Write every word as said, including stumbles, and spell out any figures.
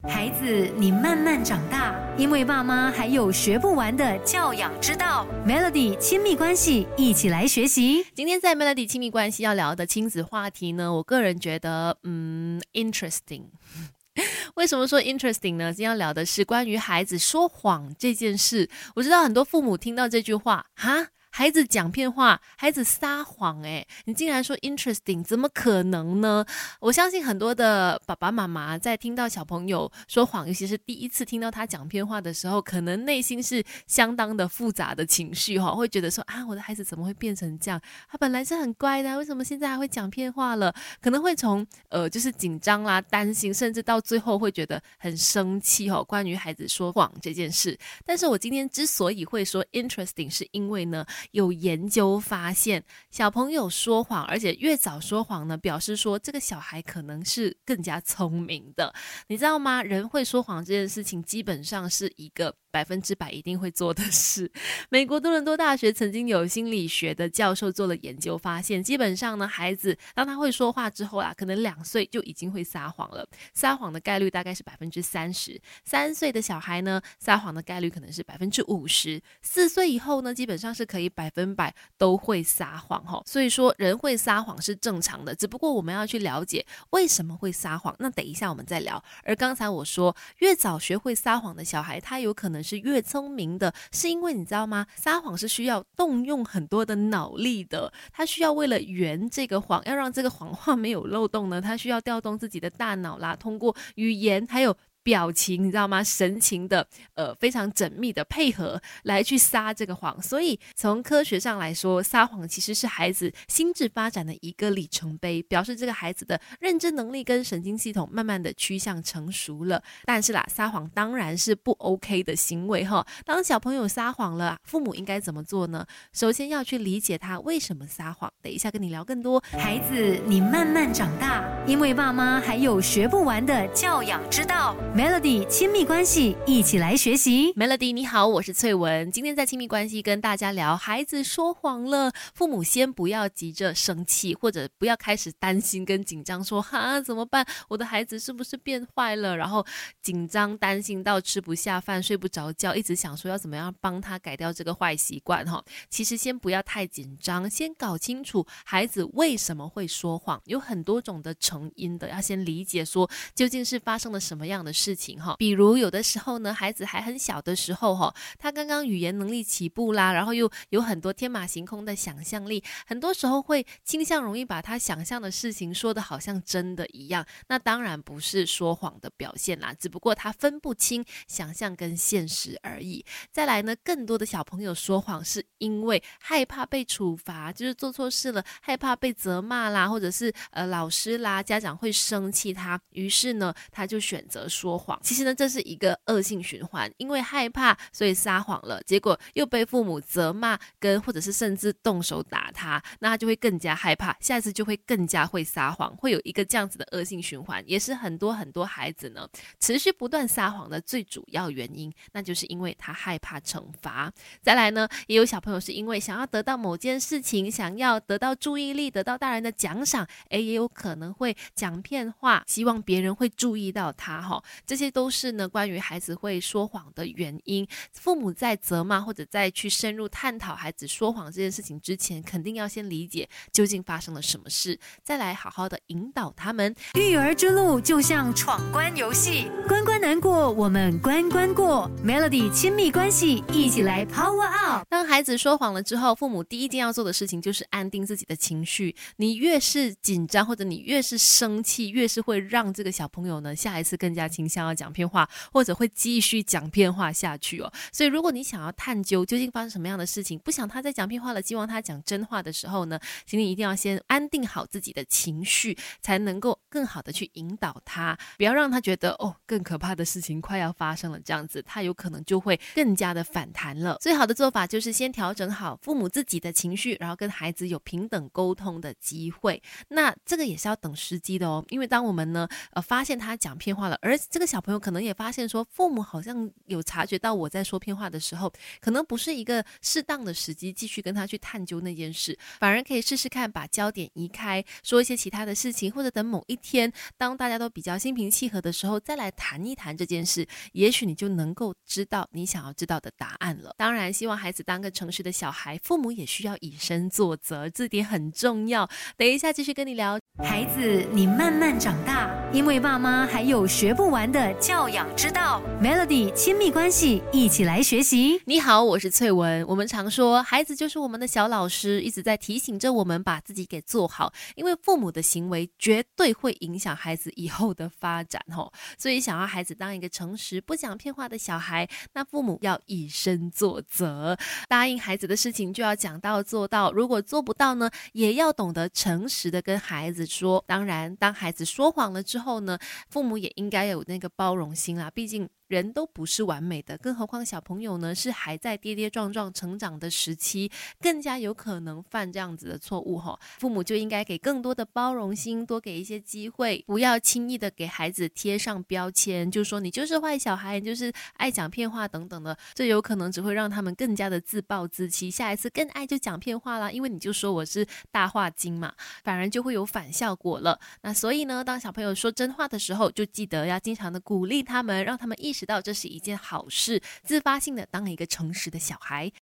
孩子，你慢慢长大，因为爸妈还有学不完的教养之道。Melody 亲密关系，一起来学习。 今天在 Melody 亲密关系要聊的亲子话题呢，我个人觉得嗯 interesting。为什么说 interesting 呢？今天要聊的是关于孩子说谎这件事。我知道很多父母听到这句话，哈，孩子讲骗话，孩子撒谎，诶，你竟然说 interesting， 怎么可能呢？我相信很多的爸爸妈妈在听到小朋友说谎，尤其是第一次听到他讲骗话的时候，可能内心是相当的复杂的情绪，会觉得说啊，我的孩子怎么会变成这样？他本来是很乖的，为什么现在还会讲骗话了？可能会从呃就是紧张啦、担心，甚至到最后会觉得很生气哦。关于孩子说谎这件事，但是我今天之所以会说 interesting， 是因为呢，有研究发现，小朋友说谎，而且越早说谎呢，表示说这个小孩可能是更加聪明的。你知道吗？人会说谎这件事情，基本上是一个百分之百一定会做的事。美国多伦多大学曾经有心理学的教授做了研究，发现基本上呢，孩子当他会说话之后啊，可能两岁就已经会撒谎了，撒谎的概率大概是百分之三十。三岁的小孩呢，撒谎的概率可能是百分之五十。四岁以后呢，基本上是可以百分百都会撒谎哈。所以说，人会撒谎是正常的，只不过我们要去了解为什么会撒谎。那等一下我们再聊。而刚才我说，越早学会撒谎的小孩，他有可能是越聪明的，是因为你知道吗？撒谎是需要动用很多的脑力的，他需要为了圆这个谎，要让这个谎话没有漏洞呢，他需要调动自己的大脑啦，通过语言还有表情，你知道吗？神情的呃非常缜密的配合来去撒这个谎。所以从科学上来说，撒谎其实是孩子心智发展的一个里程碑，表示这个孩子的认知能力跟神经系统慢慢的趋向成熟了。但是啦，撒谎当然是不 OK 的行为哈。当小朋友撒谎了，父母应该怎么做呢？首先要去理解他为什么撒谎。等一下跟你聊更多。 孩子，你慢慢长大，因为爸妈还有学不完的教养之道。Melody 亲密关系，一起来学习。 Melody 你好，我是翠文。今天在亲密关系跟大家聊孩子说谎了，父母先不要急着生气，或者不要开始担心跟紧张说哈怎么办，我的孩子是不是变坏了，然后紧张担心到吃不下饭睡不着觉，一直想说要怎么样帮他改掉这个坏习惯。其实先不要太紧张，先搞清楚孩子为什么会说谎，有很多种的成因的，要先理解说究竟是发生了什么样的事情。比如有的时候呢，孩子还很小的时候，他刚刚语言能力起步啦，然后又有很多天马行空的想象力，很多时候会倾向容易把他想象的事情说得好像真的一样，那当然不是说谎的表现啦，只不过他分不清想象跟现实而已。再来呢，更多的小朋友说谎是因为害怕被处罚，就是做错事了，害怕被责骂啦，或者是呃老师啦家长会生气他，于是呢他就选择说谎。其实呢，这是一个恶性循环，因为害怕所以撒谎了，结果又被父母责骂跟或者是甚至动手打他，那他就会更加害怕，下次就会更加会撒谎，会有一个这样子的恶性循环，也是很多很多孩子呢持续不断撒谎的最主要原因，那就是因为他害怕惩罚。再来呢，也有小朋友是因为想要得到某件事情，想要得到注意力，得到大人的奖赏，诶，也有可能会讲骗话，希望别人会注意到他齁。这些都是呢关于孩子会说谎的原因。父母在责骂或者在去深入探讨孩子说谎这件事情之前，肯定要先理解究竟发生了什么事，再来好好的引导他们。 育儿之路就像闯关游戏，关关难过，我们关关过。 Melody 亲密关系，一起来 Power Up。 当孩子说谎了之后，父母第一件要做的事情就是安定自己的情绪。你越是紧张或者你越是生气，越是会让这个小朋友呢下一次更加倾向要讲骗话，或者会继续讲骗话下去哦。所以如果你想要探究究竟发生什么样的事情，不想他再讲骗话了，希望他讲真话的时候呢，请你一定要先安定好自己的情绪，才能够更好的去引导他，不要让他觉得哦更可怕的事情快要发生了，这样子他有可能就会更加的反弹了。最好的做法就是先调整好父母自己的情绪，然后跟孩子有平等沟通的机会。那这个也是要等时机的哦，因为当我们呢呃发现他讲骗话了，而这个小朋友可能也发现说父母好像有察觉到我在说骗话的时候，可能不是一个适当的时机继续跟他去探究那件事，反而可以试试看把焦点移开，说一些其他的事情，或者等某一天当大家都比较心平气和的时候再来谈一谈谈这件事，也许你就能够知道你想要知道的答案了。当然希望孩子当个诚实的小孩，父母也需要以身作则，这点很重要。等一下继续跟你聊。 孩子，你慢慢长大，因为爸妈还有学不完的教养之道。 Melody 亲密关系，一起来学习。 你好，我是翠文。我们常说孩子就是我们的小老师，一直在提醒着我们把自己给做好，因为父母的行为绝对会影响孩子以后的发展吼。所以想要孩子当一个诚实不讲骗话的小孩，那父母要以身作则，答应孩子的事情就要讲到做到，如果做不到呢，也要懂得诚实的跟孩子说。当然当孩子说谎了之后呢，父母也应该有那个包容心啦，毕竟人都不是完美的，更何况小朋友呢是还在跌跌撞撞成长的时期，更加有可能犯这样子的错误吼。父母就应该给更多的包容心，多给一些机会，不要轻易的给孩子贴上标签，就说你就是坏小孩，你就是爱讲骗话等等的，这有可能只会让他们更加的自暴自弃，下一次更爱就讲骗话啦，因为你就说我是大话精嘛，反而就会有反效果了。那所以呢，当小朋友说真话的时候，就记得要经常的鼓励他们，让他们意识到这是一件好事，自发性的当一个诚实的小孩。